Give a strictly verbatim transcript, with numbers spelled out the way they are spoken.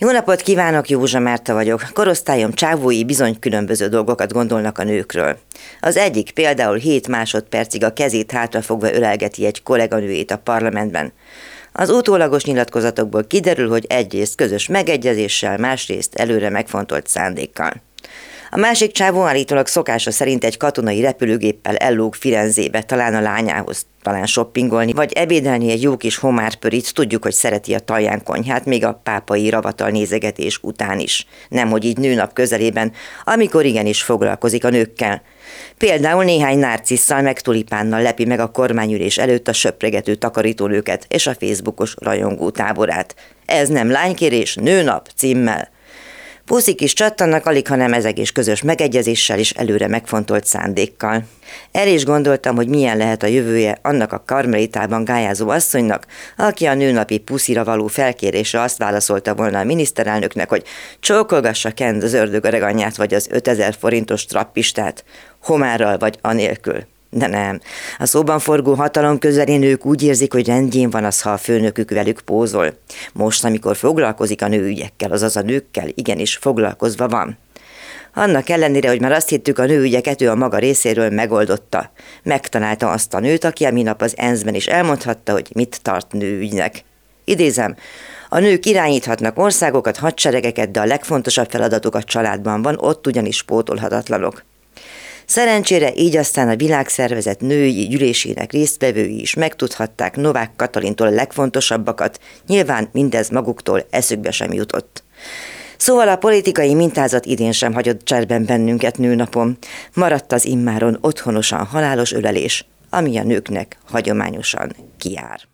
Jó napot kívánok, Józsa Márta vagyok. Korosztályom csávói bizony különböző dolgokat gondolnak a nőkről. Az egyik például hét másodpercig a kezét hátrafogva ölelgeti egy kolléganőjét a parlamentben. Az utólagos nyilatkozatokból kiderül, hogy egyrészt közös megegyezéssel, másrészt előre megfontolt szándékkal. A másik csávó állítólag szokása szerint egy katonai repülőgéppel ellóg Firenzébe, talán a lányához, talán shoppingolni, vagy ebédelni egy jó kis homárpörit. Tudjuk, hogy szereti a Taján konyhát, még a pápai ravatal nézegetés után is. Nemhogy így nőnap közelében, amikor igenis foglalkozik a nőkkel. Például néhány nárcisszal meg tulipánnal lepi meg a kormányülés előtt a söpregető takarítónőket és a Facebookos rajongó táborát. Ez nem lánykérés, nőnap címmel. Puszik is csattannak, alig ha nem ezek is közös megegyezéssel és előre megfontolt szándékkal. El is gondoltam, hogy milyen lehet a jövője annak a karmelitában gályázó asszonynak, aki a nőnapi puszira való felkérésre azt válaszolta volna a miniszterelnöknek, hogy csókolgassa Kent az ördögöreganyját vagy az ötezer forintos trappistát, homárral vagy anélkül. De nem. A szóban forgó hatalom közeli nők úgy érzik, hogy rendjén van az, ha a főnökük velük pózol. Most, amikor foglalkozik a nőügyekkel, azaz a nőkkel, igenis foglalkozva van. Annak ellenére, hogy már azt hittük, a nőügyeket ő a maga részéről megoldotta. Megtalálta azt a nőt, aki a minap az ENSZ ben is elmondhatta, hogy mit tart nőügynek. Idézem, a nők irányíthatnak országokat, hadseregeket, de a legfontosabb feladatuk a családban van, ott ugyanis pótolhatatlanok. Szerencsére így aztán a világszervezet női gyűlésének résztvevői is megtudhatták Novák Katalintól a legfontosabbakat, nyilván mindez maguktól eszükbe sem jutott. Szóval a politikai mintázat idén sem hagyott cserben bennünket nőnapon. Maradt az immáron otthonosan halálos ölelés, ami a nőknek hagyományosan kijár.